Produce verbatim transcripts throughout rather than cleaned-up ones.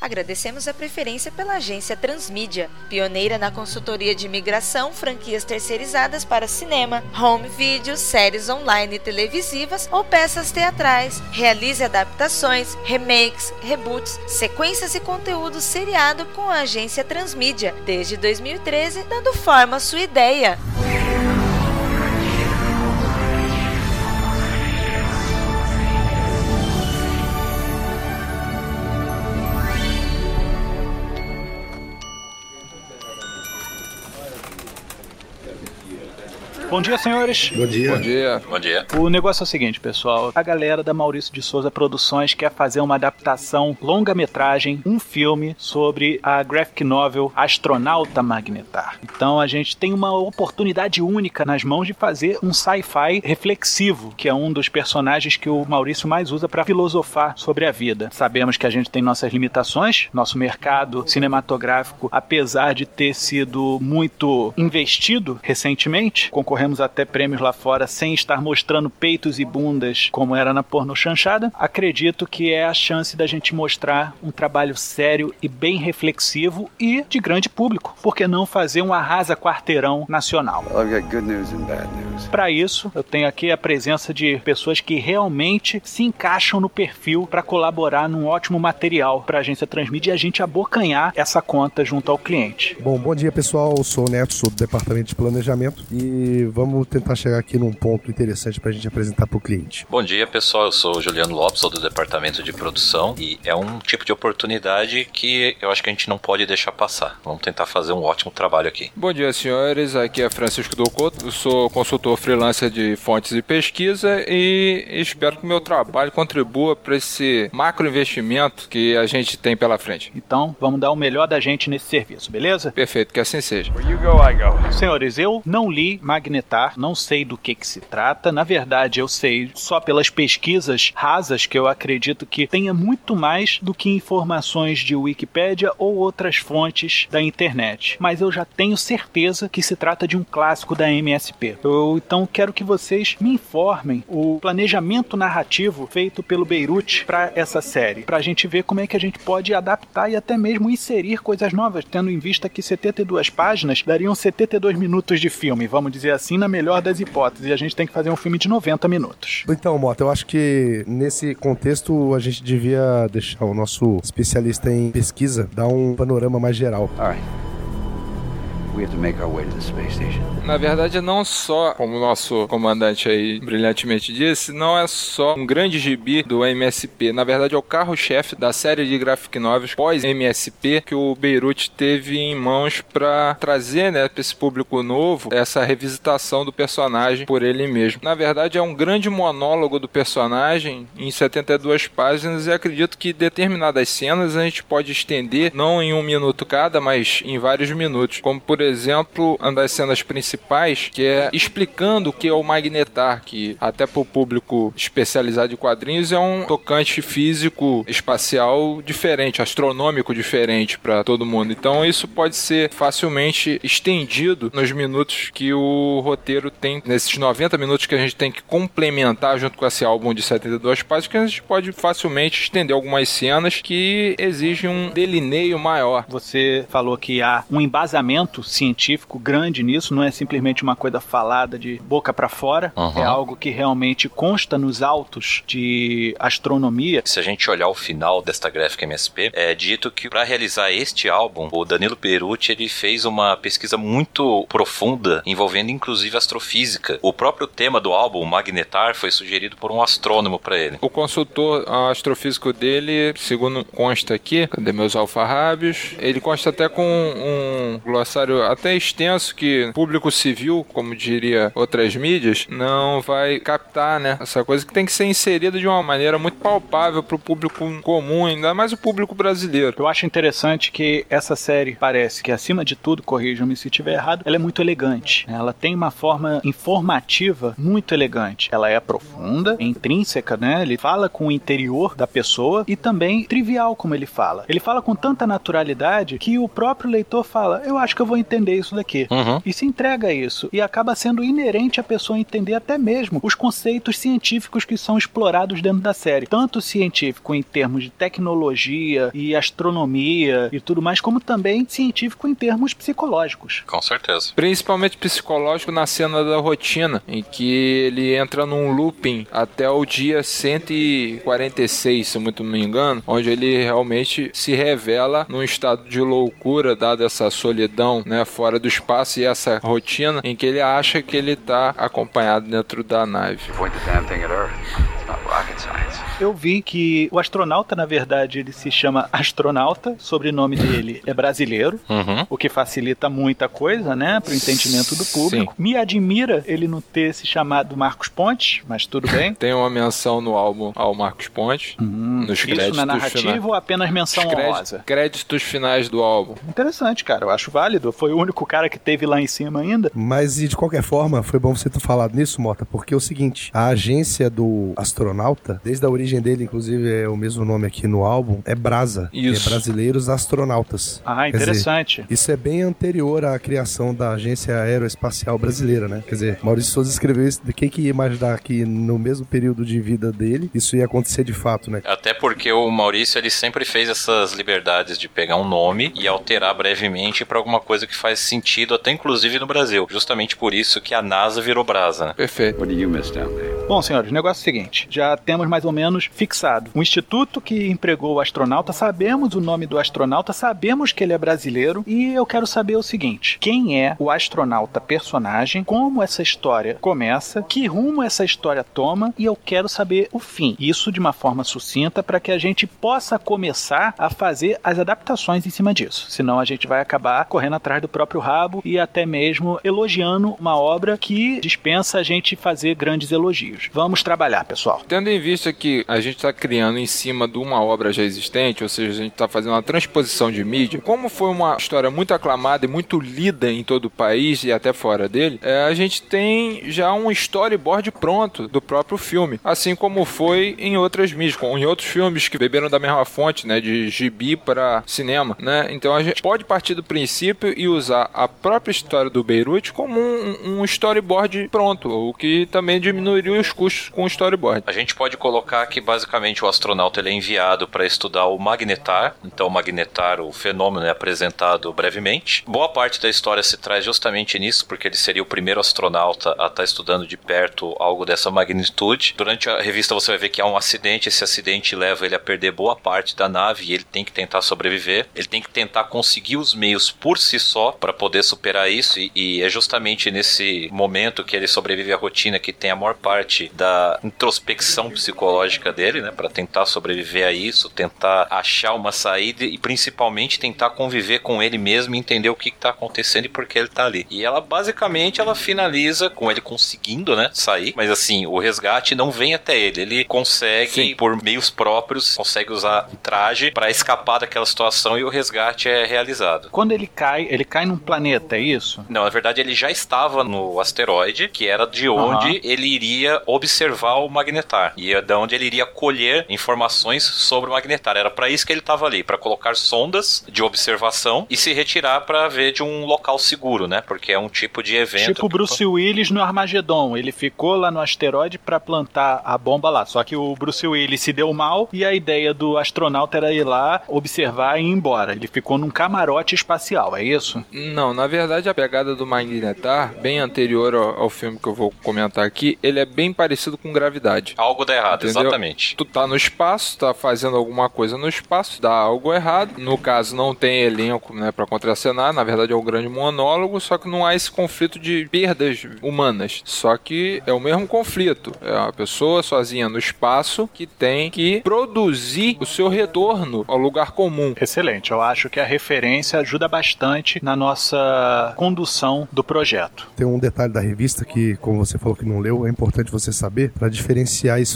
Agradecemos a preferência pela agência Transmídia, pioneira na consultoria de imigração, franquias terceirizadas para cinema, home video, séries online e televisivas ou peças teatrais. Realize adaptações, remakes, reboots, sequências e conteúdo seriado com a agência Transmídia, desde dois mil e treze, dando forma à sua ideia. Bom dia, senhores. Bom dia. Bom dia. Bom dia. O negócio é o seguinte, pessoal. A galera da Maurício de Souza Produções quer fazer uma adaptação longa-metragem, um filme sobre a graphic novel Astronauta Magnetar. Então a gente tem uma oportunidade única nas mãos de fazer um sci-fi reflexivo, que é um dos personagens que o Maurício mais usa para filosofar sobre a vida. Sabemos que a gente tem nossas limitações, nosso mercado cinematográfico, apesar de ter sido muito investido recentemente, concorrendo até prêmios lá fora sem estar mostrando peitos e bundas como era na porno chanchada, acredito que é a chance da gente mostrar um trabalho sério e bem reflexivo e de grande público. Por que não fazer um arrasa quarteirão nacional? Para isso, eu tenho aqui a presença de pessoas que realmente se encaixam no perfil para colaborar num ótimo material para a agência Transmídia e a gente abocanhar essa conta junto ao cliente. Bom, bom dia, pessoal. Eu sou o Neto, sou do Departamento de Planejamento e vamos tentar chegar aqui num ponto interessante pra gente apresentar pro cliente. Bom dia, pessoal. Eu sou o Juliano Lopes, sou do Departamento de Produção e é um tipo de oportunidade que eu acho que a gente não pode deixar passar. Vamos tentar fazer um ótimo trabalho aqui. Bom dia, senhores. Aqui é Francisco Doucoto. Eu sou consultor freelancer de fontes e pesquisa e espero que o meu trabalho contribua para esse macro investimento que a gente tem pela frente. Então, vamos dar o melhor da gente nesse serviço, beleza? Perfeito, que assim seja. Where you go, I go. Senhores, eu não li Magnetar, não sei do que que se trata. Na verdade, eu sei só pelas pesquisas rasas que eu acredito que tenha muito mais do que informações de Wikipédia ou outras fontes da internet. Mas eu já tenho certeza que se trata de um clássico da M S P. Eu então quero que vocês me informem o planejamento narrativo feito pelo Beirute para essa série, para a gente ver como é que a gente pode adaptar e até mesmo inserir coisas novas, tendo em vista que setenta e duas páginas dariam setenta e dois minutos de filme, vamos dizer assim, na melhor das hipóteses, e a gente tem que fazer um filme de noventa minutos. Então, Mota, eu acho que nesse contexto a gente devia deixar o nosso especialista em pesquisa dar um panorama mais geral. Alright. We have to make our way to the space station. Na verdade, não só, como o nosso comandante aí brilhantemente disse, não é só um grande gibi do M S P. Na verdade, é o carro-chefe da série de graphic novels pós-M S P que o Beirute teve em mãos para trazer, né, para esse público novo essa revisitação do personagem por ele mesmo. Na verdade, é um grande monólogo do personagem em setenta e duas páginas e acredito que determinadas cenas a gente pode estender não em um minuto cada, mas em vários minutos. Como, por exemplo, uma das cenas principais, que é explicando o que é o Magnetar, que até para o público especializado em quadrinhos é um tocante físico espacial diferente, astronômico diferente para todo mundo. Então isso pode ser facilmente estendido nos minutos que o roteiro tem, nesses noventa minutos que a gente tem que complementar junto com esse álbum de setenta e duas páginas, que a gente pode facilmente estender algumas cenas que exigem um delineio maior. Você falou que há um embasamento científico grande nisso, não é simplesmente uma coisa falada de boca para fora, uhum. É algo que realmente consta nos autos de astronomia. Se a gente olhar o final desta gráfica M S P, é dito que para realizar este álbum, o Danilo Beirute ele fez uma pesquisa muito profunda, envolvendo inclusive astrofísica. O próprio tema do álbum, o Magnetar, foi sugerido por um astrônomo para ele. O consultor astrofísico dele, segundo consta aqui, cadê meus alfarrábios? Ele consta até com um glossário até extenso que o público civil, como diria outras mídias, não vai captar, né? Essa coisa que tem que ser inserida de uma maneira muito palpável para o público comum, ainda mais o público brasileiro. Eu acho interessante que essa série parece que, acima de tudo, corrijam-me se estiver errado, ela é muito elegante. Ela tem uma forma informativa muito elegante. Ela é profunda, é intrínseca, né? Ele fala com o interior da pessoa e também trivial como ele fala. Ele fala com tanta naturalidade que o próprio leitor fala, eu acho que eu vou entender entender isso daqui. Uhum. E se entrega a isso. E acaba sendo inerente a pessoa entender até mesmo os conceitos científicos que são explorados dentro da série. Tanto científico em termos de tecnologia e astronomia e tudo mais, como também científico em termos psicológicos. Com certeza. Principalmente psicológico na cena da rotina, em que ele entra num looping até o dia cento e quarenta e seis, se muito não me engano, onde ele realmente se revela num estado de loucura, dada essa solidão, né, fora do espaço e essa rotina em que ele acha que ele está acompanhado dentro da nave. Point the damn thing at Earth. It's not rocket science. Eu vi que o astronauta, na verdade, ele se chama astronauta, sobrenome dele é brasileiro, Uhum. o que facilita muita coisa, né, pro entendimento do público. Me admira ele não ter se chamado Marcos Pontes, mas tudo bem. Tem uma menção no álbum ao Marcos Pontes, Hum, nos isso créditos na narrativa finais. ou apenas menção Crédito- honrosa? créditos finais do álbum. Interessante, cara, eu acho válido. Foi o único cara que teve lá em cima ainda. Mas e de qualquer forma, foi bom você ter falado nisso, Mota, porque é o seguinte, a agência do astronauta, desde a origem dele, inclusive é o mesmo nome aqui no álbum, é Brasa, Isso. que é Brasileiros Astronautas. Ah, Quer dizer, interessante. isso é bem anterior à criação da Agência Aeroespacial Brasileira, né? Quer dizer, Maurício Souza escreveu isso, de quem que ia imaginar que no mesmo período de vida dele, isso ia acontecer de fato, né? Até porque o Maurício, ele sempre fez essas liberdades de pegar um nome e alterar brevemente para alguma coisa que faz sentido, até inclusive no Brasil. Justamente por isso que a NASA virou Brasa, né? Perfeito. What do you miss down there? Bom, senhores, o negócio é o seguinte, já temos mais ou menos fixado um instituto que empregou o astronauta, sabemos o nome do astronauta, sabemos que ele é brasileiro, e eu quero saber o seguinte, quem é o astronauta personagem, como essa história começa, que rumo essa história toma, e eu quero saber o fim. Isso de uma forma sucinta para que a gente possa começar a fazer as adaptações em cima disso, senão a gente vai acabar correndo atrás do próprio rabo e até mesmo elogiando uma obra que dispensa a gente fazer grandes elogios. Vamos trabalhar, pessoal. Tendo em vista que a gente está criando em cima de uma obra já existente, ou seja, a gente está fazendo uma transposição de mídia, como foi uma história muito aclamada e muito lida em todo o país e até fora dele, é, a gente tem já um storyboard pronto do próprio filme, assim como foi em outras mídias, em outros filmes que beberam da mesma fonte, né, de gibi para cinema, né? Então a gente pode partir do princípio e usar a própria história do Beirute como um, um storyboard pronto, o que também diminuiria os custos com o storyboard. A gente pode colocar que basicamente o astronauta ele é enviado para estudar o magnetar. Então o magnetar, o fenômeno é apresentado brevemente. Boa parte da história se traz justamente nisso, porque ele seria o primeiro astronauta a estar estudando de perto algo dessa magnitude. Durante a revista você vai ver que há um acidente, esse acidente leva ele a perder boa parte da nave e ele tem que tentar sobreviver. Ele tem que tentar conseguir os meios por si só para poder superar isso, e, e é justamente nesse momento que ele sobrevive à rotina que tem a maior parte da introspecção psicológica dele, né, para tentar sobreviver a isso, tentar achar uma saída e principalmente tentar conviver com ele mesmo e entender o que está acontecendo e por que ele está ali. E ela basicamente ela finaliza com ele conseguindo, né, sair, mas assim, o resgate não vem até ele, ele consegue, Sim. por meios próprios, consegue usar um traje para escapar daquela situação e o resgate é realizado. Quando ele cai, ele cai num planeta, é isso? Não, na verdade ele já estava no asteroide, que era de onde uhum. ele iria observar o magnetar, e é de onde ele iria colher informações sobre o magnetar. Era para isso que ele estava ali, para colocar sondas de observação e se retirar para ver de um local seguro, né? Porque é um tipo de evento. Tipo Bruce Willis no Armagedon, ele ficou lá no asteroide para plantar a bomba lá, só que o Bruce Willis se deu mal e a ideia do astronauta era ir lá, observar e ir embora. Ele ficou num camarote espacial, é isso? Não, na verdade a pegada do magnetar, bem anterior ao, ao filme que eu vou comentar aqui, ele é bem parecido com Gravidade. Algo dá errado, entendeu? Exatamente. Tu tá no espaço, tá fazendo alguma coisa no espaço, dá algo errado. No caso, não tem elenco, né, pra contracenar. Na verdade, é um grande monólogo, só que não há esse conflito de perdas humanas. Só que é o mesmo conflito. É uma pessoa sozinha no espaço que tem que produzir o seu retorno ao lugar comum. Excelente. Eu acho que a referência ajuda bastante na nossa condução do projeto. Tem um detalhe da revista que, como você falou que não leu, é importante você saber para diferenciar isso aí do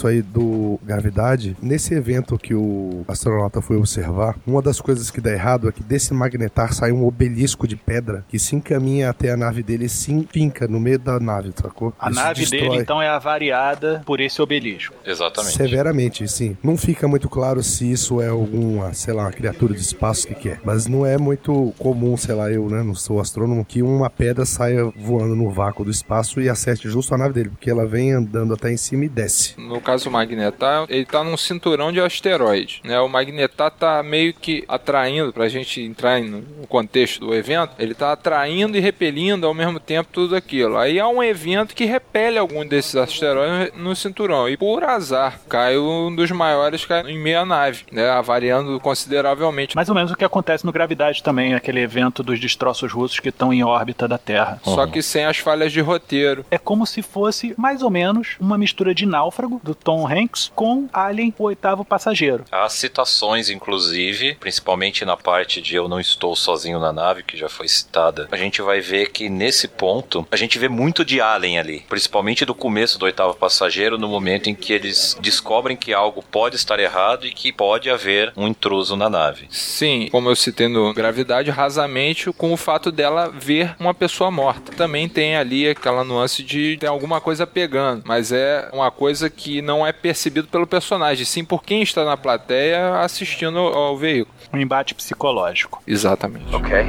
do Gravidade, nesse evento que o astronauta foi observar, uma das coisas que dá errado é que desse magnetar sai um obelisco de pedra que se encaminha até a nave dele e se finca no meio da nave, sacou? A Isso nave destrói. dele, então, é avariada por esse obelisco. Exatamente. Severamente, sim. Não fica muito claro se isso é alguma, sei lá, uma criatura de espaço que que é. Mas não é muito comum, sei lá, eu, né, não sou astrônomo, que uma pedra saia voando no vácuo do espaço e acerte justo a nave dele, porque ela vem andando até em cima e desce. No caso do Magnetar, ele tá num cinturão de asteroide, né? O Magnetar tá meio que atraindo, pra gente entrar no contexto do evento, ele tá atraindo e repelindo ao mesmo tempo tudo aquilo. Aí há um evento que repele algum desses asteroides no cinturão, e por azar, cai um dos maiores, cai em meia nave, né? Avariando consideravelmente. Mais ou menos o que acontece no Gravidade também, aquele evento dos destroços russos que estão em órbita da Terra. Só que sem as falhas de roteiro. É como se fosse, mais ou menos, uma mistura de Náufrago, do Tom Hanks, com Alien, o Oitavo Passageiro. Há citações, inclusive, principalmente na parte de Eu Não Estou Sozinho na Nave, que já foi citada. A gente vai ver que, nesse ponto, a gente vê muito de Alien ali. Principalmente do começo do Oitavo Passageiro, no momento em que eles descobrem que algo pode estar errado e que pode haver um intruso na nave. Sim, como eu citei no Gravidade, rasamente com o fato dela ver uma pessoa morta. Também tem ali aquela nuance de ter alguma coisa pegando, mas é uma coisa que não é percebido pelo personagem, sim por quem está na plateia assistindo ao veículo. Um embate psicológico. Exatamente. Okay.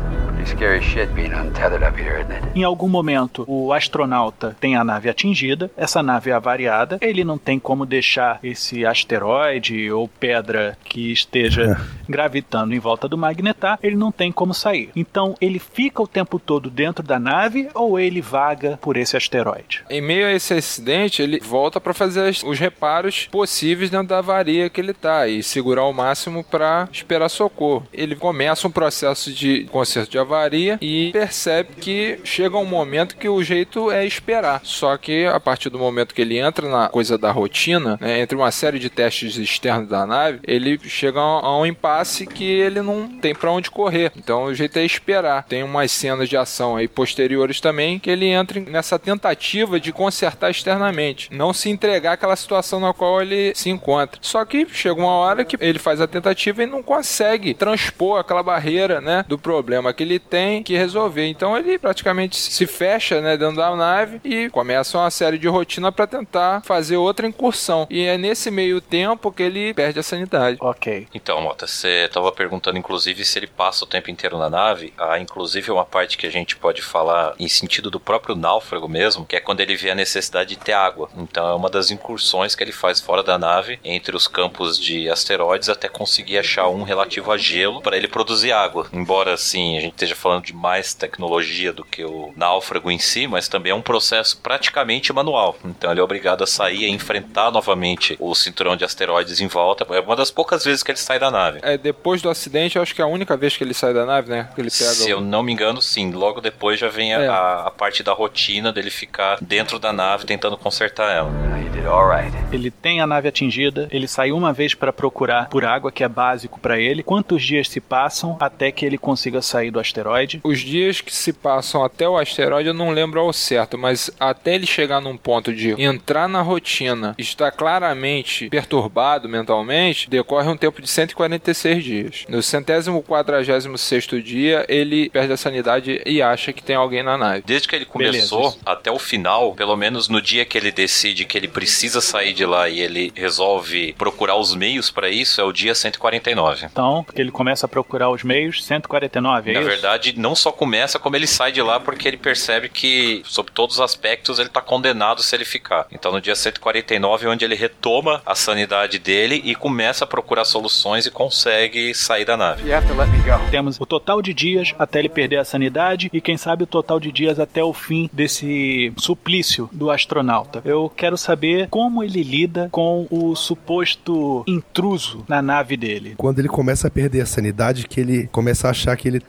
Scary shit being untethered up here, isn't it? Em algum momento, o astronauta tem a nave atingida, essa nave é avariada, ele não tem como deixar esse asteroide ou pedra que esteja gravitando em volta do Magnetar, ele não tem como sair. Então, ele fica o tempo todo dentro da nave ou ele vaga por esse asteroide? Em meio a esse acidente, ele volta para fazer os reparos possíveis dentro da avaria que ele tá e segurar o máximo para esperar socorro. Ele começa um processo de conserto de avaria e percebe que chega um momento que o jeito é esperar. Só que a partir do momento que ele entra na coisa da rotina, né, entre uma série de testes externos da nave, ele chega a um impasse que ele não tem para onde correr. Então o jeito é esperar. Tem umas cenas de ação aí posteriores também que ele entra nessa tentativa de consertar externamente, não se entregar àquela situação na qual ele se encontra. Só que chega uma hora que ele faz a tentativa e não consegue transpor aquela barreira, né, do problema que ele tem que resolver. Então ele praticamente se fecha, né, dentro da nave e começa uma série de rotina para tentar fazer outra incursão. E é nesse meio tempo que ele perde a sanidade. Ok. Então, Mota, você estava perguntando, inclusive, se ele passa o tempo inteiro na nave. Há, inclusive, uma parte que a gente pode falar em sentido do próprio náufrago mesmo, que é quando ele vê a necessidade de ter água. Então, é uma das incursões que ele faz fora da nave, entre os campos de asteroides, até conseguir achar um relativo a gelo para ele produzir água. Embora, assim, a gente esteja falando de mais tecnologia do que o náufrago em si, mas também é um processo praticamente manual. Então ele é obrigado a sair e enfrentar novamente o cinturão de asteroides em volta. É uma das poucas vezes que ele sai da nave. É, depois do acidente, eu acho que é a única vez que ele sai da nave, né? Que ele pega Se o... eu não me engano, sim. Logo depois já vem a, É. a, a parte da rotina dele ficar dentro da nave tentando consertar ela. Now, you did all right. Ele tem a nave atingida, ele sai uma vez para procurar por água, que é básico para ele. Quantos dias se passam até que ele consiga sair do asteroide? Os dias que se passam até o asteroide eu não lembro ao certo, mas até ele chegar num ponto de entrar na rotina, estar claramente perturbado mentalmente, decorre um tempo de cento e quarenta e seis dias. No centésimo quadragésimo sexto dia, ele perde a sanidade e acha que tem alguém na nave. Desde que ele começou Beleza. até o final, pelo menos no dia que ele decide que ele precisa sair de lá e ele resolve procurar os meios para isso, é o dia cento e quarenta e nove. Então, porque ele começa a procurar os meios, cento e quarenta e nove, é Na isso? verdade, não só começa, como ele sai de lá porque ele percebe que, sob todos os aspectos, ele tá condenado se ele ficar. Então, no dia cento e quarenta e nove é onde ele retoma a sanidade dele e começa a procurar soluções e consegue sair da nave. You have to let me go. Temos o total de dias até ele perder a sanidade e, quem sabe, o total de dias até o fim desse suplício do astronauta. Eu quero saber como ele lida com o suposto intruso na nave dele. Quando ele começa a perder a sanidade, que ele começa a achar que ele tá com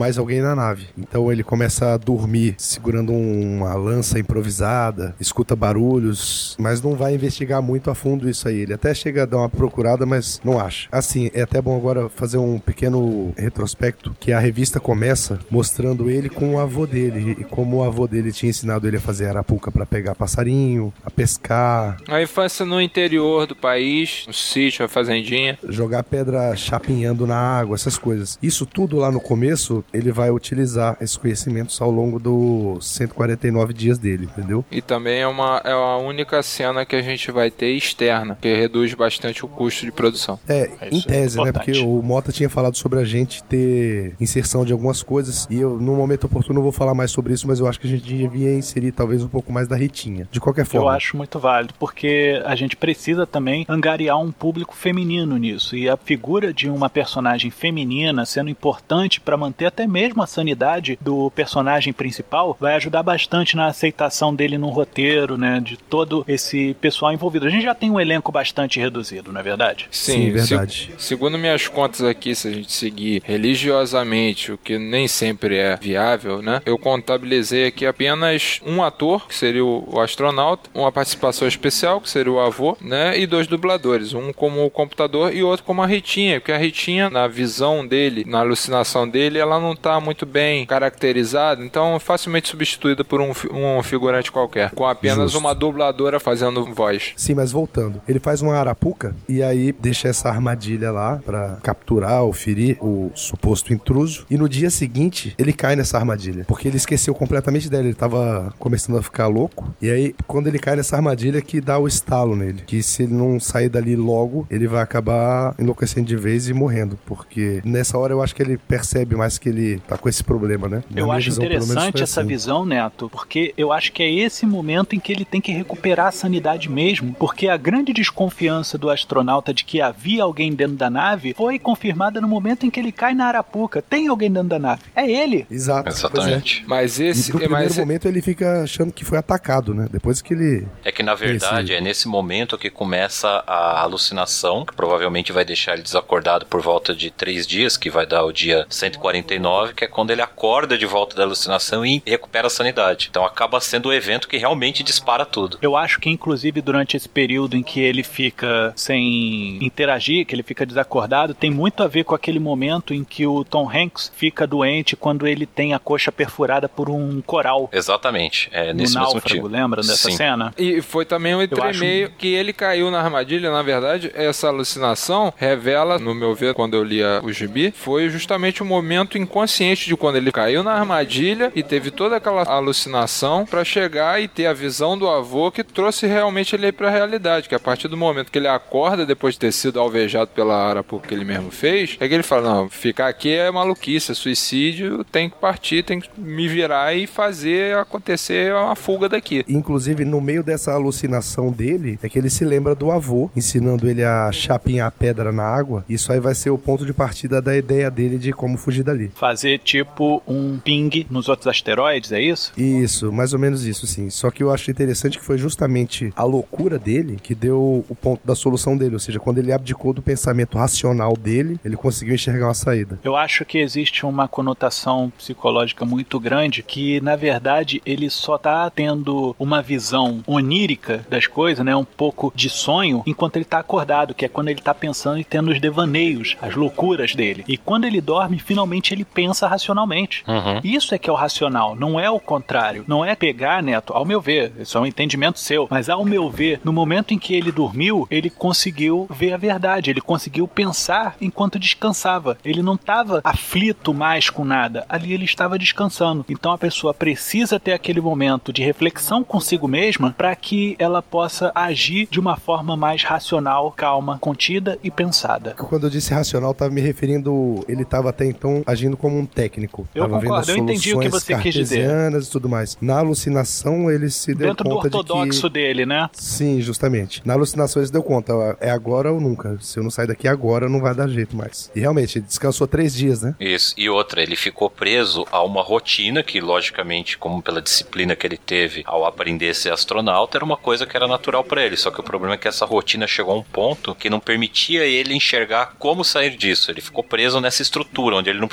mais alguém na nave. Então ele começa a dormir segurando uma lança improvisada, escuta barulhos, mas não vai investigar muito a fundo isso aí. Ele até chega a dar uma procurada, mas não acha. Assim, é até bom agora fazer um pequeno retrospecto, que a revista começa mostrando ele com o avô dele, e como o avô dele tinha ensinado ele a fazer arapuca para pegar passarinho, a pescar. A infância no interior do país, no sítio, a fazendinha. Jogar pedra chapinhando na água, essas coisas. Isso tudo lá no começo, ele vai utilizar esses conhecimentos ao longo dos cento e quarenta e nove dias dele, entendeu? E também é, uma, é a única cena que a gente vai ter externa, que reduz bastante o custo de produção. É, é em tese, é né? Porque o Mota tinha falado sobre a gente ter inserção de algumas coisas, e eu, no momento oportuno, não vou falar mais sobre isso, mas eu acho que a gente devia inserir talvez um pouco mais da Ritinha. De qualquer forma. Eu acho muito válido, porque a gente precisa também angariar um público feminino nisso, e a figura de uma personagem feminina sendo importante para manter até mesmo a sanidade do personagem principal vai ajudar bastante na aceitação dele no roteiro, né, de todo esse pessoal envolvido. A gente já tem um elenco bastante reduzido, não é verdade? Sim, Sim, verdade. Se, segundo minhas contas aqui, se a gente seguir religiosamente, o que nem sempre é viável, né, eu contabilizei aqui apenas um ator, que seria o, o astronauta, uma participação especial, que seria o avô, né, e dois dubladores, um como o computador e outro como a Ritinha, porque a Ritinha, na visão dele, na alucinação dele, ela não está muito bem caracterizada, então facilmente substituída por um, um figurante qualquer, com apenas Justo. uma dubladora fazendo voz. Sim, mas voltando, ele faz uma arapuca e aí deixa essa armadilha lá pra capturar ou ferir o suposto intruso, e no dia seguinte ele cai nessa armadilha, porque ele esqueceu completamente dela, ele tava começando a ficar louco, e aí quando ele cai nessa armadilha que dá o estalo nele, que se ele não sair dali logo, ele vai acabar enlouquecendo de vez e morrendo, porque nessa hora eu acho que ele percebe mais que ele tá com esse problema, né? Na eu acho visão, interessante essa assim. visão, Neto, porque eu acho que é esse momento em que ele tem que recuperar a sanidade mesmo, porque a grande desconfiança do astronauta de que havia alguém dentro da nave foi confirmada no momento em que ele cai na arapuca. Tem alguém dentro da nave. É ele. Exato. Exatamente. É. Mas esse... E no primeiro mas... momento ele fica achando que foi atacado, né? Depois que ele... É que na verdade esse... é nesse momento que começa a alucinação, que provavelmente vai deixar ele desacordado por volta de três dias, que vai dar o dia cento e quarenta e nove, que é quando ele acorda de volta da alucinação e recupera a sanidade. Então acaba sendo o evento que realmente dispara tudo. Eu acho que inclusive durante esse período em que ele fica sem interagir, que ele fica desacordado, tem muito a ver com aquele momento em que o Tom Hanks fica doente quando ele tem a coxa perfurada por um coral. Exatamente. É nesse no mesmo náufrago, tipo. lembra dessa Sim. cena? E foi também um entremeio acho... que ele caiu na armadilha. Na verdade, essa alucinação revela, no meu ver, quando eu lia o gibi, foi justamente o momento inconsciente de quando ele caiu na armadilha e teve toda aquela alucinação para chegar e ter a visão do avô que trouxe realmente ele para a realidade, que a partir do momento que ele acorda depois de ter sido alvejado pela arapuca que ele mesmo fez, é que ele fala, não, ficar aqui é maluquice, é suicídio, tem que partir, tem que me virar e fazer acontecer uma fuga daqui. Inclusive, no meio dessa alucinação dele, é que ele se lembra do avô, ensinando ele a chapinhar a pedra na água. Isso aí vai ser o ponto de partida da ideia dele de como fugir dali. Fazer tipo um ping nos outros asteroides, é isso? Isso, mais ou menos isso, sim. Só que eu acho interessante que foi justamente a loucura dele que deu o ponto da solução dele. Ou seja, quando ele abdicou do pensamento racional dele, ele conseguiu enxergar uma saída. Eu acho que existe uma conotação psicológica muito grande que, na verdade, ele só tá tendo uma visão onírica das coisas, né? Um pouco de sonho, enquanto ele tá acordado, que é quando ele tá pensando e tendo os devaneios, as loucuras dele. E quando ele dorme, finalmente ele pensa racionalmente. Uhum. Isso é que é o racional, não é o contrário. Não é pegar, Neto, ao meu ver, isso é um entendimento seu, mas ao meu ver, no momento em que ele dormiu, ele conseguiu ver a verdade, ele conseguiu pensar enquanto descansava. Ele não estava aflito mais com nada, ali ele estava descansando. Então a pessoa precisa ter aquele momento de reflexão consigo mesma para que ela possa agir de uma forma mais racional, calma, contida e pensada. Quando eu disse racional, estava me referindo, ele estava até então agindo como um técnico. Eu tava concordo, eu entendi o que você quis dizer. E tudo mais. Na alucinação, ele se deu Dentro conta do ortodoxo de que... dele, né? Sim, justamente. Na alucinação, ele se deu conta, é agora ou nunca. Se eu não sair daqui agora, não vai dar jeito mais. E realmente, ele descansou três dias, né? Isso. E outra, ele ficou preso a uma rotina que, logicamente, como pela disciplina que ele teve ao aprender a ser astronauta, era uma coisa que era natural para ele. Só que o problema é que essa rotina chegou a um ponto que não permitia ele enxergar como sair disso. Ele ficou preso nessa estrutura, onde ele não precisava pensar.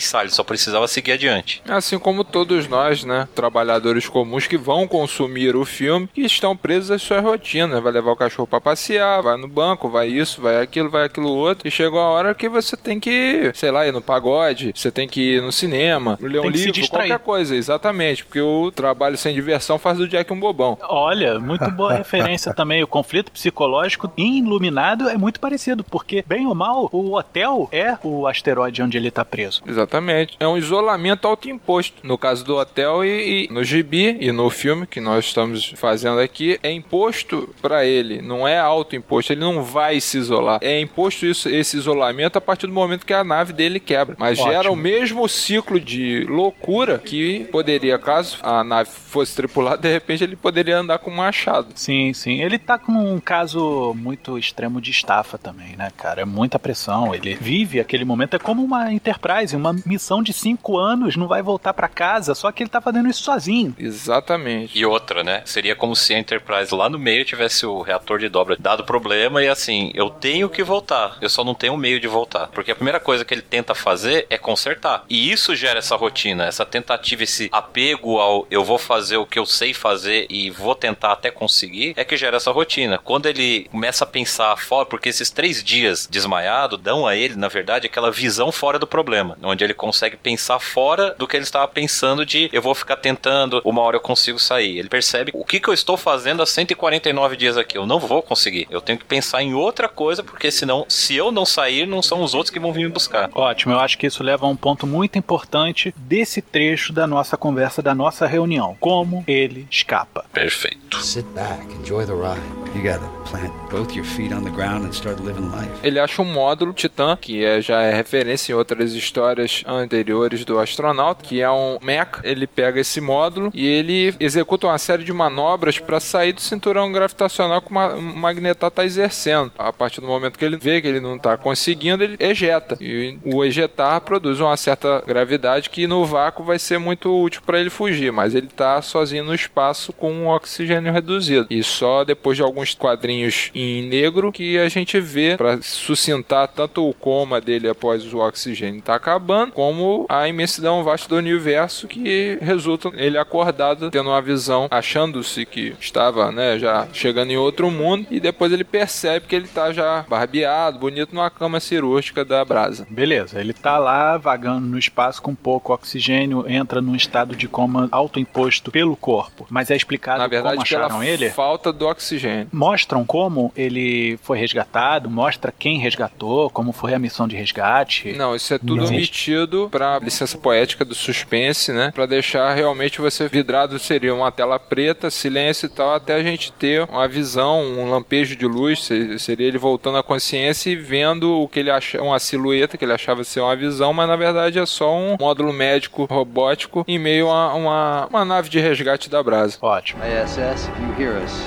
pensar, ele só precisava seguir adiante. Assim como todos nós, né, trabalhadores comuns que vão consumir o filme, que estão presos às suas rotinas, vai levar o cachorro pra passear, vai no banco, vai isso, vai aquilo, vai aquilo outro, e chegou a hora que você tem que, sei lá, ir no pagode, você tem que ir no cinema, ler um livro, qualquer coisa, exatamente, porque o trabalho sem diversão faz do Jack um bobão. Olha, muito boa referência também, o conflito psicológico em Iluminado é muito parecido, porque, bem ou mal, o hotel é o asteroide onde ele tá preso. Exatamente. É um isolamento autoimposto. No caso do hotel e, e no gibi e no filme que nós estamos fazendo aqui, é imposto pra ele, não é autoimposto, ele não vai se isolar. É imposto isso, esse isolamento a partir do momento que a nave dele quebra. Mas Ótimo. Gera o mesmo ciclo de loucura que poderia, caso a nave fosse tripulada, de repente ele poderia andar com um machado. Sim, sim. Ele tá com um caso muito extremo de estafa também, né, cara? É muita pressão. Ele vive aquele momento, é como uma Enterprise, uma missão de cinco anos, não vai voltar pra casa, só que ele tá fazendo isso sozinho. Exatamente. E outra, né? Seria como se a Enterprise lá no meio tivesse o reator de dobra dado problema e assim, eu tenho que voltar, eu só não tenho um meio de voltar. Porque a primeira coisa que ele tenta fazer é consertar. E isso gera essa rotina, essa tentativa, esse apego ao eu vou fazer o que eu sei fazer e vou tentar até conseguir, é que gera essa rotina. Quando ele começa a pensar fora, porque esses três dias desmaiado dão a ele, na verdade, aquela visão fora do problema, onde ele consegue pensar fora do que ele estava pensando de eu vou ficar tentando, uma hora eu consigo sair. Ele percebe o que, que eu estou fazendo há cento e quarenta e nove dias aqui, eu não vou conseguir. Eu tenho que pensar em outra coisa, porque senão, se eu não sair, não são os outros que vão vir me buscar. Ótimo, eu acho que isso leva a um ponto muito importante desse trecho da nossa conversa, da nossa reunião. Como ele escapa. Perfeito. Sit back, enjoy the ride. You gotta plant both your feet on the ground and start living life. Ele acha um módulo Titã, que é, já é referência em outras histórias anteriores do astronauta, que é um mecha. Ele pega esse módulo e ele executa uma série de manobras para sair do cinturão gravitacional que o Magnetar está exercendo. A partir do momento que ele vê que ele não está conseguindo, ele ejeta. E o ejetar produz uma certa gravidade que no vácuo vai ser muito útil para ele fugir, mas ele está sozinho no espaço com um oxigênio reduzido. E só depois de alguns quadrinhos em negro que a gente vê, para sucintar tanto o coma dele após o oxigênio estar tá acabando, como a imensidão vasta do universo, que resulta ele acordado, tendo uma visão, achando-se que estava, né, já chegando em outro mundo, e depois ele percebe que ele está já barbeado, bonito, numa cama cirúrgica da Brasa. Beleza, ele tá lá vagando no espaço com pouco oxigênio, entra num estado de coma autoimposto pelo corpo, mas é explicado Na verdade, como acharam pela ele? falta do oxigênio. Mostram como ele foi resgatado, mostra quem resgatou, como foi a missão de resgate. Não, isso é tudo Não. omitido pra licença poética do suspense, né? Pra deixar realmente você vidrado, seria uma tela preta, silêncio e tal, até a gente ter uma visão, um lampejo de luz, seria ele voltando à consciência e vendo o que ele acha, uma silhueta que ele achava ser uma visão, mas na verdade é só um módulo médico robótico em meio a uma, uma nave de resgate da Brasa. Ótimo. I S S, if you hear us,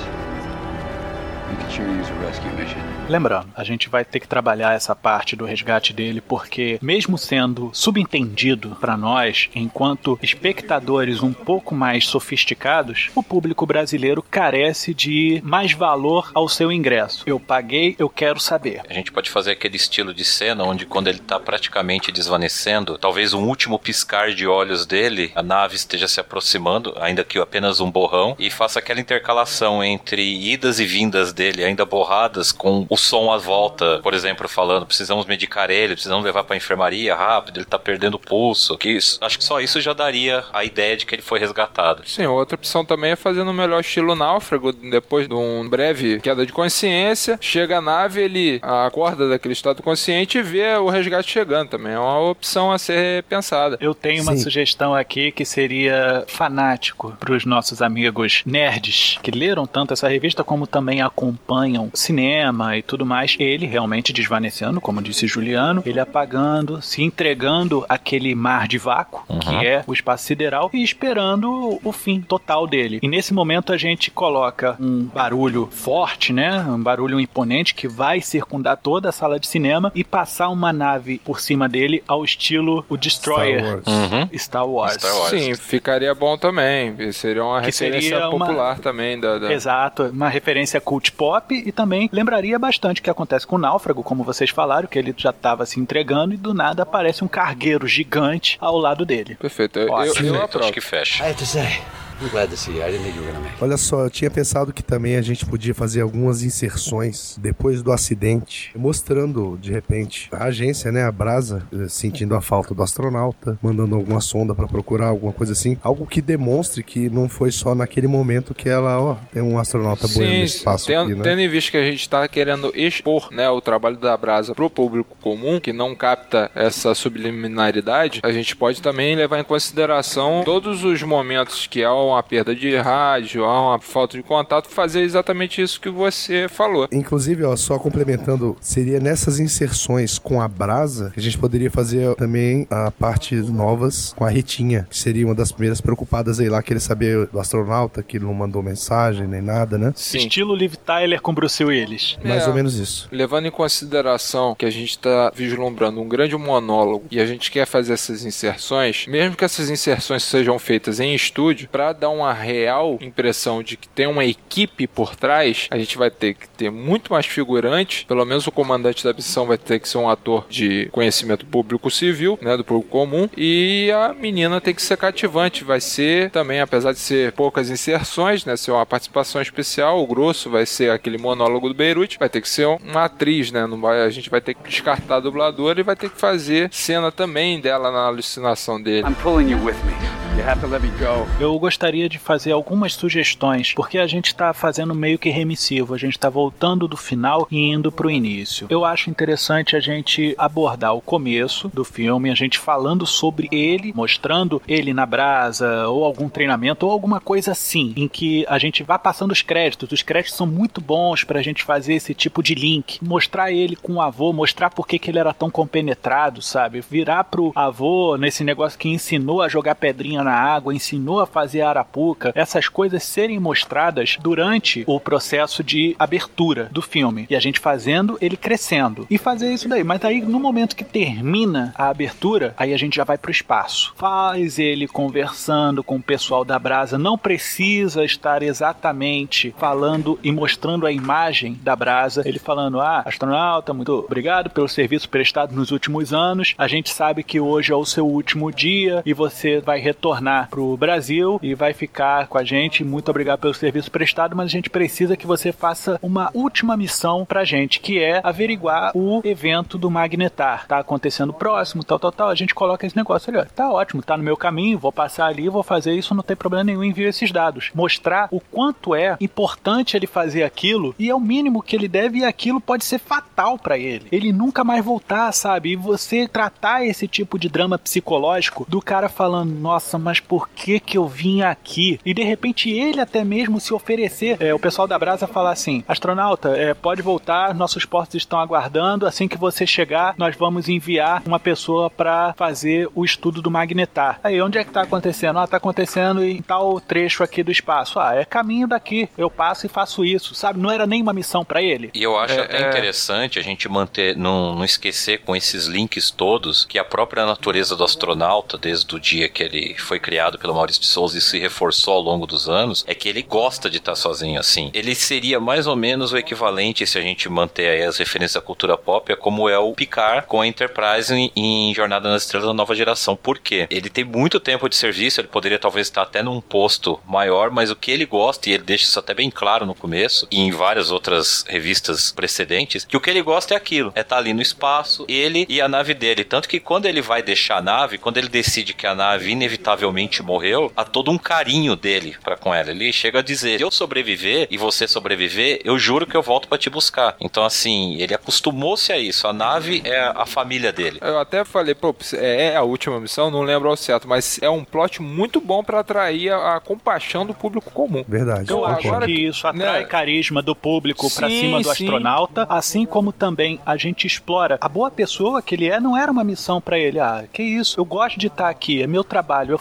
we could sure use a rescue mission. Lembrando, a gente vai ter que trabalhar essa parte do resgate dele, porque mesmo sendo subentendido para nós, enquanto espectadores um pouco mais sofisticados, o público brasileiro carece de mais valor ao seu ingresso. Eu paguei, eu quero saber. A gente pode fazer aquele estilo de cena onde, quando ele tá praticamente desvanecendo, talvez um último piscar de olhos dele, a nave esteja se aproximando, ainda que apenas um borrão, e faça aquela intercalação entre idas e vindas dele, ainda borradas, com o som à volta, por exemplo, falando, precisamos medicar ele, precisamos levar pra enfermaria rápido, ele tá perdendo o pulso, que isso, acho que só isso já daria a ideia de que ele foi resgatado. Sim, outra opção também é fazer no melhor estilo náufrago, depois de um breve queda de consciência, chega a nave, ele acorda daquele estado consciente e vê o resgate chegando também, é uma opção a ser pensada. Eu tenho uma Sim. sugestão aqui que seria fanático pros nossos amigos nerds, que leram tanto essa revista como também acompanham cinema e tudo mais, ele realmente desvanecendo, como disse Juliano, ele apagando, se entregando àquele mar de vácuo, uhum. que é o espaço sideral, e esperando o fim total dele. E nesse momento a gente coloca um barulho forte, né? Um barulho imponente que vai circundar toda a sala de cinema e passar uma nave por cima dele ao estilo o Destroyer Star Wars. Uhum. Star Wars. Star Wars. Sim, ficaria bom também. Seria uma Que referência seria uma... popular também. Da, da... Exato, uma referência cult pop e também lembraria bastante bastante o que acontece com o Náufrago, como vocês falaram, que ele já estava se entregando e do nada aparece um cargueiro gigante ao lado dele. Perfeito. Eu, eu, eu aprovo. Acho que fecha. I have to say, I'm glad to see you. I didn't think you were gonna make it. Olha só, eu tinha pensado que também a gente podia fazer algumas inserções depois do acidente, mostrando, de repente, a agência, né, a Brasa, sentindo a falta do astronauta, mandando alguma sonda pra procurar alguma coisa assim, algo que demonstre que não foi só naquele momento que ela, ó, tem um astronauta boiando no espaço tendo, aqui, né? Tendo em vista que a gente tá querendo expor, né, o trabalho da Brasa pro público comum, que não capta essa subliminaridade, a gente pode também levar em consideração todos os momentos que há uma perda de rádio, há uma falta de contato, fazer exatamente isso que você falou. Inclusive, ó, só complementando, seria nessas inserções com a Brasa que a gente poderia fazer também a parte novas com a Ritinha, que seria uma das primeiras preocupadas aí lá, querer saber do astronauta, que não mandou mensagem nem nada, né? Sim. Estilo Liv Tyler com Bruce Willis. Mais É. ou menos isso. Levando em consideração que a gente está vislumbrando um grande monólogo e a gente quer fazer essas inserções, mesmo que essas inserções sejam feitas em estúdio, para dar uma real impressão de que tem uma equipe por trás, a gente vai ter que ter muito mais figurantes, pelo menos o comandante da missão vai ter que ser um ator de conhecimento público civil, né, do público comum, e a menina tem que ser cativante, vai ser também, apesar de ser poucas inserções, né, ser uma participação especial, o grosso vai ser aquele monólogo do Beirute, vai ter que ser uma atriz, né, não vai, a gente vai ter que descartar a dubladora e vai ter que fazer cena também dela na alucinação dele. I'm pulling you with me. You have to let me go. Eu gostaria de fazer algumas sugestões, porque a gente está fazendo meio que remissivo, a gente está voltando do final e indo pro início. Eu acho interessante a gente abordar o começo do filme, a gente falando sobre ele, mostrando ele na brasa, ou algum treinamento, ou alguma coisa assim, em que a gente vá passando os créditos. Os créditos são muito bons pra gente fazer esse tipo de link, mostrar ele com o avô, mostrar por que que ele era tão compenetrado, sabe? Virar pro avô nesse negócio que ensinou a jogar pedrinha na água, ensinou a fazer arapuca, essas coisas serem mostradas durante o processo de abertura do filme, e a gente fazendo ele crescendo, e fazer isso daí. Mas aí no momento que termina a abertura, aí a gente já vai pro espaço, faz ele conversando com o pessoal da Brasa, não precisa estar exatamente falando e mostrando a imagem da Brasa, ele falando, ah, astronauta, muito obrigado pelo serviço prestado nos últimos anos, a gente sabe que hoje é o seu último dia e você vai retornar pro Brasil e vai ficar com a gente, muito obrigado pelo serviço prestado, mas a gente precisa que você faça uma última missão pra gente, que é averiguar o evento do Magnetar, tá acontecendo próximo, tal, tal, tal, a gente coloca esse negócio ali, ó, tá ótimo, tá no meu caminho, vou passar ali, vou fazer isso, não tem problema nenhum, envio esses dados, mostrar o quanto é importante ele fazer aquilo, e é o mínimo que ele deve, e aquilo pode ser fatal pra ele, ele nunca mais voltar, sabe, e você tratar esse tipo de drama psicológico do cara falando, nossa, mas por que que eu vim aqui? E de repente ele até mesmo se oferecer, é, o pessoal da Brasa falar assim, astronauta, é, pode voltar, nossos portos estão aguardando, assim que você chegar, nós vamos enviar uma pessoa pra fazer o estudo do Magnetar. Aí, onde é que tá acontecendo? Ah, tá acontecendo em tal trecho aqui do espaço. Ah, é caminho daqui, eu passo e faço isso, sabe? Não era nem uma missão pra ele. E eu acho É, até é... interessante a gente manter, não, não esquecer com esses links todos, que a própria natureza do astronauta, desde o dia que ele foi criado pelo Maurício de Souza e se reforçou ao longo dos anos, é que ele gosta de estar sozinho assim. Ele seria mais ou menos o equivalente, se a gente manter aí as referências da cultura pop, é como é o Picard com a Enterprise em, em Jornada nas Estrelas da Nova Geração. Por quê? Ele tem muito tempo de serviço, ele poderia talvez estar até num posto maior, mas o que ele gosta, e ele deixa isso até bem claro no começo, e em várias outras revistas precedentes, que o que ele gosta é aquilo, é estar ali no espaço, ele e a nave dele. Tanto que quando ele vai deixar a nave, quando ele decide que a nave inevitavelmente morreu, há todo um carinho dele pra com ela. Ele chega a dizer, se eu sobreviver e você sobreviver, eu juro que eu volto pra te buscar. Então assim, ele acostumou-se a isso, a nave é a família dele. Eu até falei, pô, é a última missão, não lembro ao certo, mas é um plot muito bom pra atrair a, a compaixão do público comum. Verdade. Eu acho agora que isso atrai né? carisma do público pra Sim, cima do sim. astronauta, assim como também a gente explora a boa pessoa que ele é, não era uma missão pra ele. Ah, que isso, eu gosto de estar aqui, é meu trabalho, eu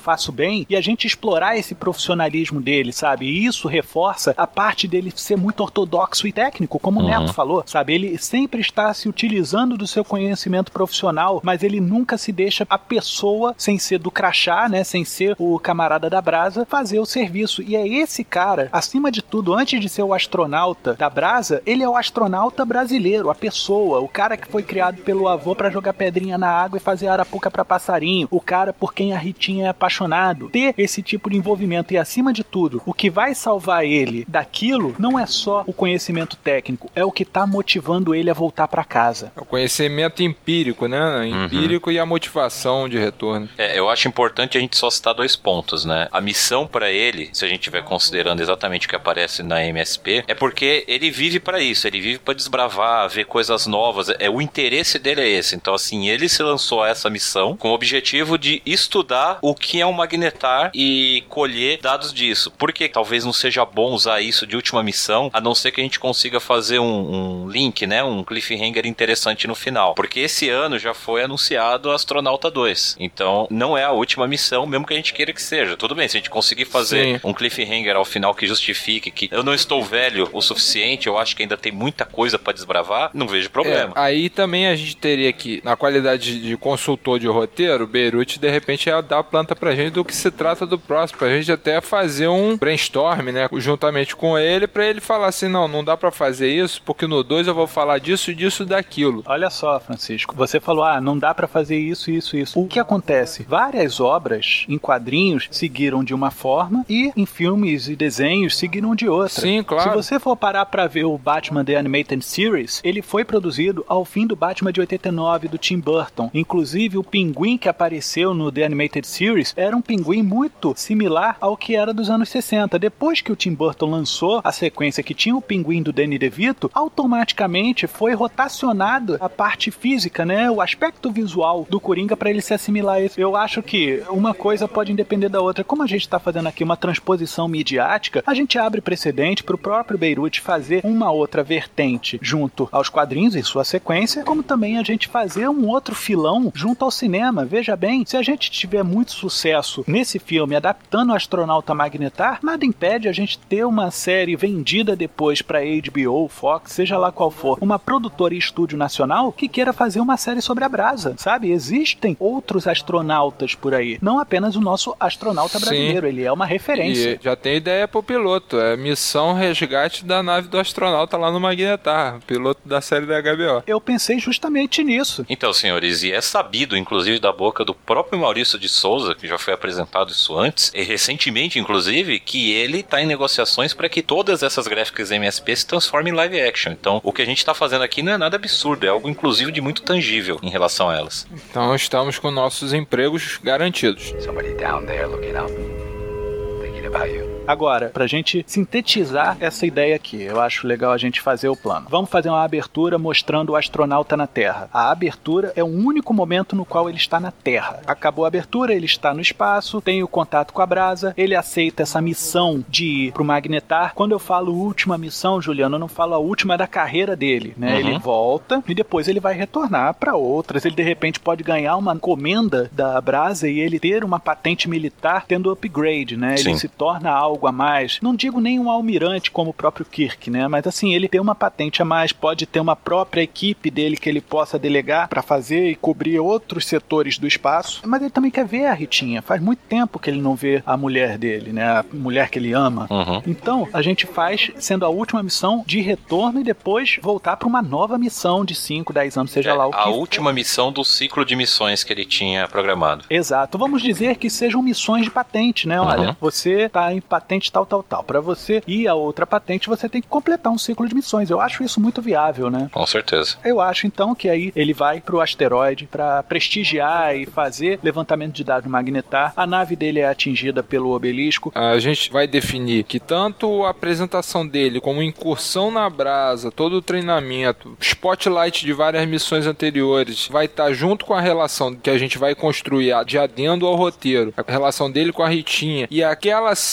faço bem, e a gente explorar esse profissionalismo dele, sabe? E isso reforça a parte dele ser muito ortodoxo e técnico, como uhum. o Neto falou, sabe? Ele sempre está se utilizando do seu conhecimento profissional, mas ele nunca se deixa a pessoa, sem ser do crachá, né? Sem ser o camarada da brasa, fazer o serviço. E é esse cara, acima de tudo, antes de ser o astronauta da brasa, ele é o astronauta brasileiro, a pessoa, o cara que foi criado pelo avô pra jogar pedrinha na água e fazer arapuca pra passarinho, o cara por quem a Ritinha é apaixonado. Ter esse tipo de envolvimento e, acima de tudo, o que vai salvar ele daquilo não é só o conhecimento técnico, é o que tá motivando ele a voltar pra casa. É o conhecimento empírico, né? Empírico uhum. e a motivação de retorno. É, eu acho importante a gente só citar dois pontos, né? A missão pra ele, se a gente estiver considerando exatamente o que aparece na M S P, é porque ele vive pra isso, ele vive pra desbravar, ver coisas novas, é, o interesse dele é esse. Então, assim, ele se lançou a essa missão com o objetivo de estudar o que é um magnetar e colher dados disso. Porque talvez não seja bom usar isso de última missão, a não ser que a gente consiga fazer um, um link, né, um cliffhanger interessante no final. Porque esse ano já foi anunciado Astronauta dois. Então, não é a última missão, mesmo que a gente queira que seja. Tudo bem, se a gente conseguir fazer Sim. um cliffhanger ao final que justifique que eu não estou velho o suficiente, eu acho que ainda tem muita coisa pra desbravar, não vejo problema. É, aí também a gente teria que, na qualidade de consultor de roteiro, o Beirute de repente ia dar a planta pra gente do que se trata do próximo, pra gente até fazer um brainstorm, né, juntamente com ele, pra ele falar assim, não, não dá pra fazer isso, porque no dois eu vou falar disso, disso, daquilo. Olha só, Francisco, você falou, ah, não dá pra fazer isso, isso, isso. O que acontece? Várias obras em quadrinhos seguiram de uma forma e em filmes e desenhos seguiram de outra. Sim, claro. Se você for parar pra ver o Batman The Animated Series, ele foi produzido ao fim do Batman de oitenta e nove do Tim Burton. Inclusive, o pinguim que apareceu no The Animated Series era um pinguim muito similar ao que era dos anos sessenta. Depois que o Tim Burton lançou a sequência que tinha o pinguim do Danny DeVito, automaticamente foi rotacionado a parte física, né, o aspecto visual do Coringa para ele se assimilar a isso. Eu acho que uma coisa pode depender da outra. Como a gente está fazendo aqui uma transposição midiática, a gente abre precedente para o próprio Beirute fazer uma outra vertente junto aos quadrinhos e sua sequência, como também a gente fazer um outro filão junto ao cinema. Veja bem, se a gente tiver muito sucesso nesse filme adaptando o Astronauta Magnetar, nada impede a gente ter uma série vendida depois para H B O, Fox, seja lá qual for, uma produtora e estúdio nacional que queira fazer uma série sobre a brasa, sabe? Existem outros astronautas por aí, não apenas o nosso astronauta brasileiro. Sim. Ele é uma referência. E já tem ideia pro piloto, é missão resgate da nave do astronauta lá no Magnetar, piloto da série da H B O. Eu pensei justamente nisso. Então, senhores, e é sabido, inclusive da boca do próprio Maurício de Souza, que já foi apresentado isso antes, e recentemente, inclusive, que ele tá em negociações para que todas essas gráficas M S P se transformem em live action. Então, o que a gente tá fazendo aqui não é nada absurdo, é algo, inclusive, de muito tangível em relação a elas. Então, estamos com nossos empregos garantidos. Somebody down there looking up, thinking about you. Agora, pra gente sintetizar essa ideia aqui, eu acho legal a gente fazer o plano. Vamos fazer uma abertura mostrando o astronauta na Terra. A abertura é o único momento no qual ele está na Terra. Acabou a abertura, ele está no espaço, tem o contato com a brasa, ele aceita essa missão de ir pro Magnetar. Quando eu falo última missão, Juliano, eu não falo a última da carreira dele, né? Uhum. Ele volta e depois ele vai retornar para outras. Ele, de repente, pode ganhar uma encomenda da brasa e ele ter uma patente militar tendo upgrade, né? Sim. Ele se torna algo a mais. Não digo nem um almirante como o próprio Kirk, né? Mas assim, ele tem uma patente a mais, pode ter uma própria equipe dele que ele possa delegar para fazer e cobrir outros setores do espaço. Mas ele também quer ver a Ritinha. Faz muito tempo que ele não vê a mulher dele, né? A mulher que ele ama. Uhum. Então, a gente faz sendo a última missão de retorno e depois voltar para uma nova missão de cinco, dez anos, seja é, lá o que a for. última missão do ciclo de missões que ele tinha programado. Exato. Vamos dizer que sejam missões de patente, né? Olha, uhum. você tá em patente tal, tal, tal. Para você ir a outra patente, você tem que completar um ciclo de missões. Eu acho isso muito viável, né? Com certeza. Eu acho, então, que aí ele vai pro asteroide para prestigiar e fazer levantamento de dados no Magnetar. A nave dele é atingida pelo obelisco. A gente vai definir que tanto a apresentação dele como incursão na brasa, todo o treinamento, spotlight de várias missões anteriores, vai estar junto com a relação que a gente vai construir de adendo ao roteiro, a relação dele com a Ritinha e aquela cena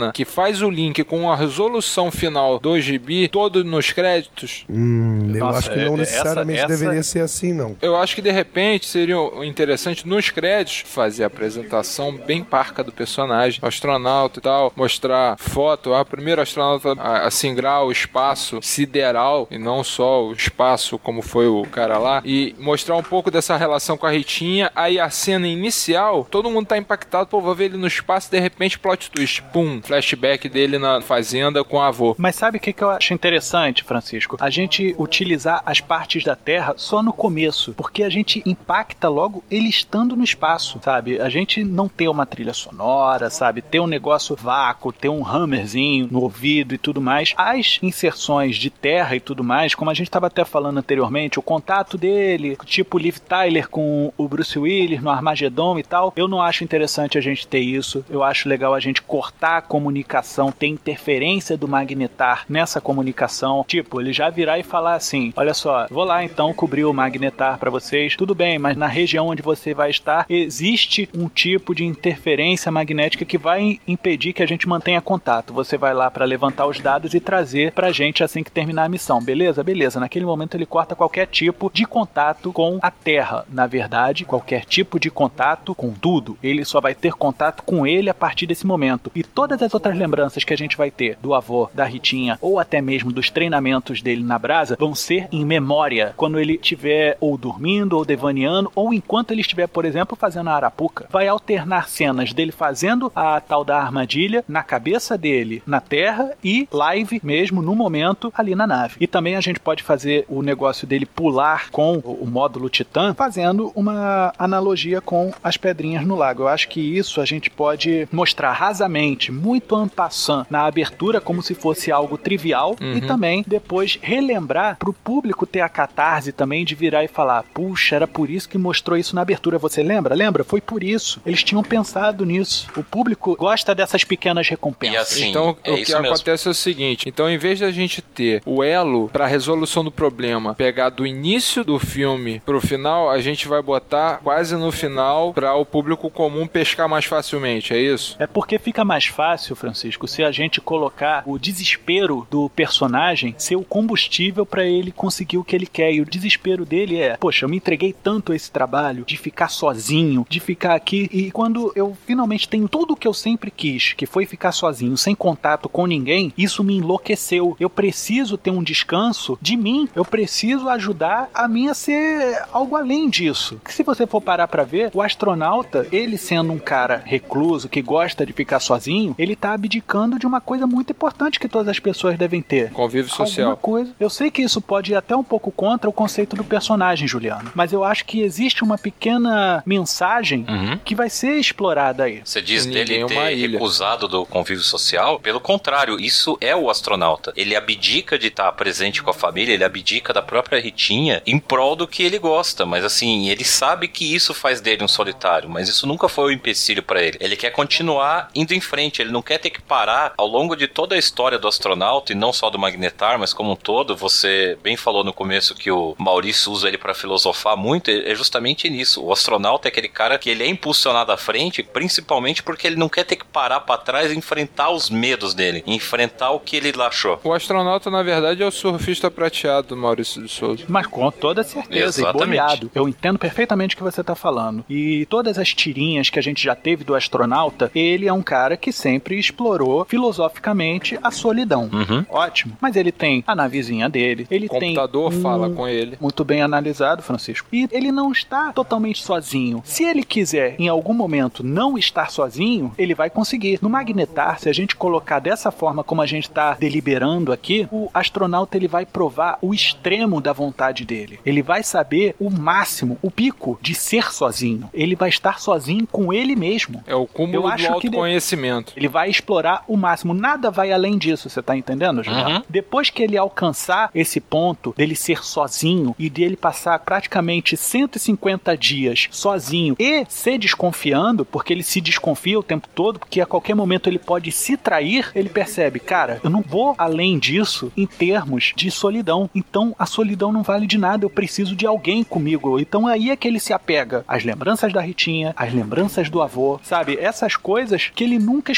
cena que faz o link com a resolução final do gibi, todo nos créditos? Hum, eu Nossa, acho que não é- necessariamente essa- deveria essa- ser assim, não. Eu acho que de repente seria interessante nos créditos fazer a apresentação bem parca do personagem, o astronauta e tal, mostrar foto, a primeira astronauta a, a singrar o espaço sideral e não só o espaço como foi o cara lá, e mostrar um pouco dessa relação com a Ritinha. Aí a cena inicial, todo mundo tá impactado, pô, vou ver ele no espaço, de repente plot twist, pum, flashback dele na fazenda com o avô. Mas sabe o que, que eu acho interessante, Francisco? A gente utilizar as partes da Terra só no começo, porque a gente impacta logo ele estando no espaço, sabe? A gente não ter uma trilha sonora, sabe? Ter um negócio vácuo, ter um hammerzinho no ouvido e tudo mais. As inserções de terra e tudo mais, como a gente estava até falando anteriormente, o contato dele, tipo Liv Tyler com o Bruce Willis no Armagedon e tal, eu não acho interessante a gente ter isso. Eu acho legal a gente cortar a comunicação, ter interferência do Magnetar nessa comunicação. Tipo, ele já virar e falar assim, olha só, vou lá então cobrir o Magnetar pra vocês, tudo bem, mas na região onde você vai estar, existe um tipo de interferência magnética que vai impedir que a gente mantenha contato. Você vai lá pra levantar os dados e trazer pra gente assim que terminar a missão, beleza? Beleza. Naquele momento ele corta qualquer tipo de contato com a Terra. Na verdade, qualquer tipo de contato com tudo. Ele só vai ter contato com ele a partir desse momento. E todas as outras lembranças que a gente vai ter do avô, da Ritinha, ou até mesmo dos treinamentos dele na brasa, vão ser em memória, quando ele estiver ou dormindo, ou devaneando, ou enquanto ele estiver, por exemplo, fazendo a arapuca. Vai alternar cenas dele fazendo a tal da armadilha na cabeça dele, na Terra, e live mesmo, no momento, ali na nave. E também a gente pode fazer o negócio dele pular com o módulo Titã, fazendo uma analogia com as pedrinhas no lago. Eu acho que isso a gente pode mostrar rasamente, muito en passant, na abertura, como se fosse algo trivial, Uhum. e também depois relembrar pro público ter a catarse também de virar e falar, puxa, era por isso que mostrou isso na abertura. Você lembra? Lembra? Foi por isso. Eles tinham pensado nisso. O público gosta dessas pequenas recompensas. E assim, Então, é o que isso mesmo. acontece é o seguinte, então em vez de a gente ter o elo pra resolução do problema, pegar do início do filme pro final, a gente vai botar quase no final pra o público comum pescar mais facilmente, é isso? É porque fica mais fácil, Francisco, se a gente colocar o desespero do personagem ser o combustível pra ele conseguir o que ele quer. E o desespero dele é, poxa, eu me entreguei tanto a esse trabalho de ficar sozinho, de ficar aqui, e quando eu finalmente tenho tudo o que eu sempre quis, que foi ficar sozinho, sem contato com ninguém, isso me enlouqueceu. Eu preciso ter um descanso de mim, eu preciso ajudar a mim a ser algo além disso. Que se você for parar pra ver, o astronauta, ele sendo um cara recluso, que gosta de ficar sozinho, ele tá abdicando de uma coisa muito importante que todas as pessoas devem ter. Convívio social. Alguma coisa. Eu sei que isso pode ir até um pouco contra o conceito do personagem, Juliano, mas eu acho que existe uma pequena mensagem Uhum. que vai ser explorada aí. Você diz Ninguém dele é uma ter ilha. recusado do convívio social? Pelo contrário, isso é o astronauta. Ele abdica de estar presente com a família, ele abdica da própria Ritinha em prol do que ele gosta. Mas assim, ele sabe que isso faz dele um solitário, mas isso nunca foi um empecilho pra ele. Ele quer continuar indo em frente, ele não quer ter que parar ao longo de toda a história do astronauta, e não só do Magnetar, mas como um todo. Você bem falou no começo que o Maurício usa ele pra filosofar muito, é justamente nisso. O astronauta é aquele cara que ele é impulsionado à frente, principalmente porque ele não quer ter que parar pra trás e enfrentar os medos dele, enfrentar o que ele achou. O astronauta, na verdade, é o surfista prateado do Maurício de Souza. Mas com toda certeza, Exatamente. e boleado. Eu entendo perfeitamente o que você tá falando. E todas as tirinhas que a gente já teve do astronauta, ele é um cara que sempre explorou filosoficamente a solidão. Uhum. Ótimo. Mas ele tem a navezinha dele, ele O computador tem... fala um- com ele. Muito bem analisado, Francisco. E ele não está totalmente sozinho. Se ele quiser, em algum momento, não estar sozinho, ele vai conseguir. No Magnetar, se a gente colocar dessa forma como a gente está deliberando aqui, o astronauta ele vai provar o extremo da vontade dele. Ele vai saber o máximo, o pico de ser sozinho. Ele vai estar sozinho com ele mesmo. É o Eu cúmulo acho do que de- autoconhecimento. Ele vai explorar o máximo. Nada vai além disso, você tá entendendo, Juliano? Uhum. Depois que ele alcançar esse ponto dele ser sozinho e dele passar praticamente cento e cinquenta dias sozinho e se desconfiando, porque ele se desconfia o tempo todo, porque a qualquer momento ele pode se trair, ele percebe, cara, eu não vou além disso em termos de solidão. Então a solidão não vale de nada, eu preciso de alguém comigo. Então aí é que ele se apega às lembranças da Ritinha, às lembranças do avô, sabe? Essas coisas que ele nunca explorou.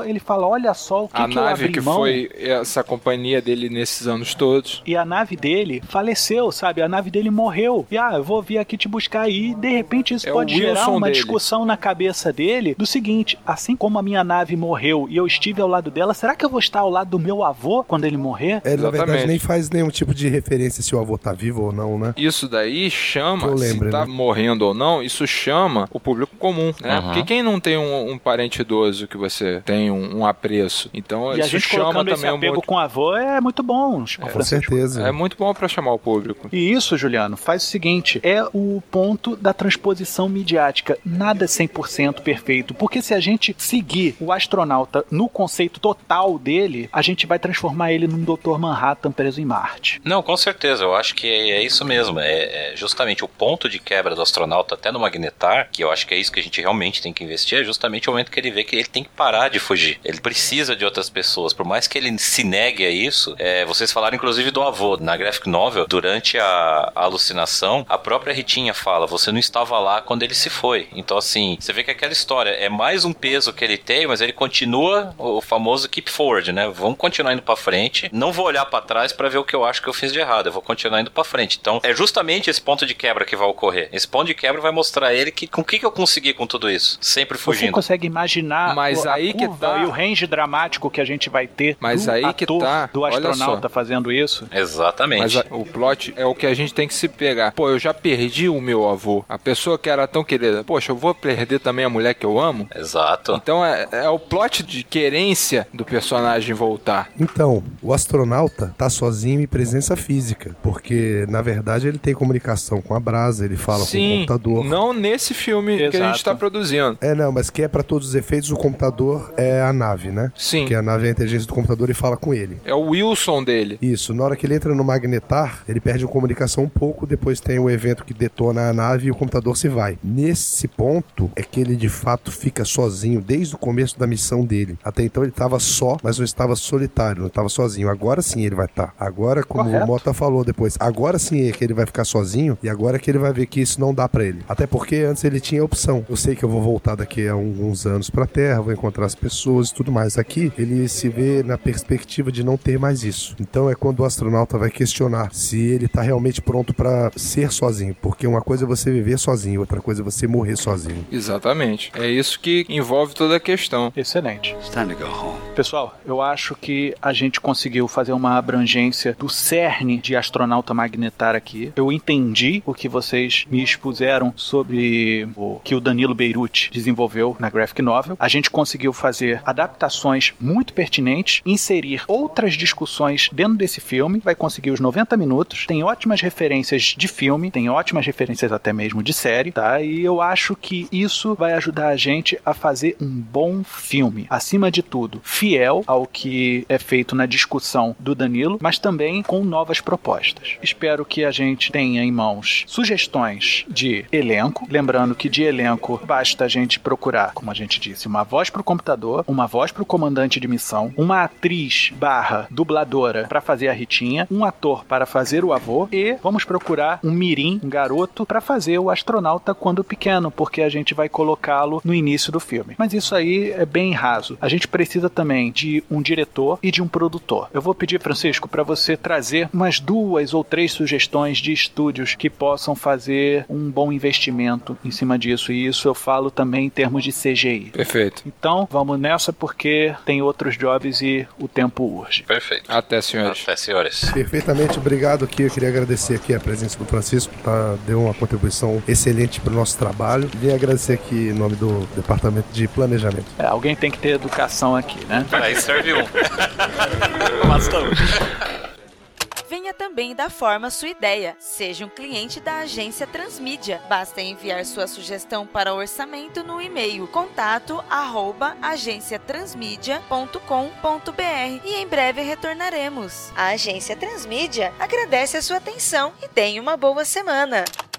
avô, ele fala, olha só o que, a que eu nave abri que mão. foi essa companhia dele nesses anos todos. E a nave dele faleceu, sabe? A nave dele morreu. E, ah, eu vou vir aqui te buscar aí. De repente isso É pode o gerar Wilson uma dele. discussão na cabeça dele do seguinte, assim como a minha nave morreu e eu estive ao lado dela, será que eu vou estar ao lado do meu avô quando ele morrer? É, na verdade, Exatamente. nem faz nenhum tipo de referência se o avô tá vivo ou não, né? Isso daí chama, Eu lembro, se tá né? morrendo ou não, isso chama o público comum, né? Uhum. Porque quem não tem um, um parente idoso que você tem um, um apreço, então E a isso gente chama colocando esse também um apego monte... com o avô é muito bom, Chico Com Francisco. certeza. É muito bom pra chamar o público. E isso, Juliano, faz o seguinte, é o ponto da transposição midiática. Nada é cem por cento perfeito, porque se a gente seguir o astronauta no conceito total dele, a gente vai transformar ele num doutor Manhattan preso em Marte. Não, com certeza, eu acho que é, é isso mesmo, é, é justamente o ponto de quebra do astronauta até no Magnetar, que eu acho que é isso que a gente realmente tem que investir, é justamente o momento que ele vê que ele tem que parar de fugir, ele precisa de outras pessoas, por mais que ele se negue a isso, é, vocês falaram inclusive do avô, na graphic novel, durante a, a alucinação, a própria Ritinha fala, você não estava lá quando ele se foi, então assim, você vê que aquela história é mais um peso que ele tem, mas ele continua o famoso keep forward, né, vamos continuar indo pra frente, não vou olhar pra trás pra ver o que eu acho que eu fiz de errado, eu vou continuar indo pra frente, então é justamente esse ponto de quebra que vai ocorrer, esse ponto de quebra vai mostrar a ele que, com o que, que eu consegui com tudo isso, sempre Você fugindo. consegue imaginar Mas o- a aí que curva tá. e o range dramático que a gente vai ter Mas do aí que ator, tá. do Olha astronauta só. fazendo isso? Exatamente. Mas a- o plot é o que a gente tem que se pegar. Pô, eu já perdi o meu avô. A pessoa que era tão querida. Poxa, eu vou perder também a mulher que eu amo? Exato. Então é, é o plot de querência do personagem voltar. Então, o astronauta tá sozinho em presença física, porque, na verdade, ele tem comunicação com a brasa, ele fala Sim, com o computador. não nesse filme que a Exato. gente tá produzindo. É, não, mas que é pra todos os efeitos, o computador é a nave, né? Sim. Que a nave é a inteligência do computador e fala com ele. É o Wilson dele. Isso, na hora que ele entra no Magnetar, ele perde a comunicação um pouco, depois tem o evento que detona a nave e o computador se vai. Nesse ponto é que ele de fato fica sozinho desde o começo da missão dele. Até então ele estava só, mas não estava solitário, não estava sozinho. Agora sim ele vai estar. Agora, como Correto. o Mota falou depois, agora sim é que ele vai ficar sozinho e agora é que ele vai ver que isso não dá pra ele. Até porque antes ele tinha a opção. Eu sei que eu vou voltar daqui a alguns anos pra Terra, vou encontrar as pessoas e tudo mais. Aqui ele se vê na perspectiva de não ter mais isso. Então é quando o astronauta vai questionar se ele tá realmente pronto pra ser sozinho, porque uma coisa é você viver sozinho, outra coisa é você morrer sozinho. Exatamente. É isso que envolve toda a questão. Excelente. It's time to go home. Pessoal, eu acho que a gente conseguiu fazer uma abrangência do cerne de astronauta magnetar aqui. Eu entendi o que vocês me expuseram sobre o que o Danilo Beirute desenvolveu na graphic novel. A gente conseguiu fazer adaptações muito pertinentes, inserir outras discussões dentro desse filme. Vai conseguir os noventa minutos. Tem ótimas referências de filme, tem ótimas referências até mesmo de série, tá? E eu acho que isso vai ajudar a gente a fazer um bom filme. Acima de tudo, fiel ao que é feito na discussão do Danilo, mas também com novas propostas. Espero que a gente tenha em mãos sugestões de elenco. Lembrando que de elenco basta a gente procurar, como a gente disse, uma voz para o computador, uma voz para o comandante de missão, uma atriz barra dubladora para fazer a Ritinha, um ator para fazer o avô e vamos procurar um mirim, um garoto, para fazer o astronauta quando pequeno, porque a gente vai colocá-lo no início do filme. Mas isso aí é bem raso. A gente precisa também de um diretor e de um produtor. Eu vou pedir, Francisco, para você trazer umas duas ou três sugestões de estúdios que possam fazer um bom investimento em cima disso. E isso eu falo também em termos de C G I. Perfeito. Então, vamos nessa porque tem outros jobs e o tempo urge. Perfeito. Até, senhores. Até, senhores. Perfeitamente, obrigado aqui. Eu queria agradecer aqui a presença do Francisco, tá? Deu uma contribuição excelente para o nosso trabalho. Queria agradecer aqui em nome do Departamento de Planejamento. É, alguém tem que ter educação aqui, né? Aí serve um. Bastante. Venha também dar forma à sua ideia. Seja um cliente da agência Transmídia. Basta enviar sua sugestão para o orçamento no e-mail contato arroba agência transmídia ponto com ponto br e em breve retornaremos. A agência Transmídia agradece a sua atenção e tenha uma boa semana.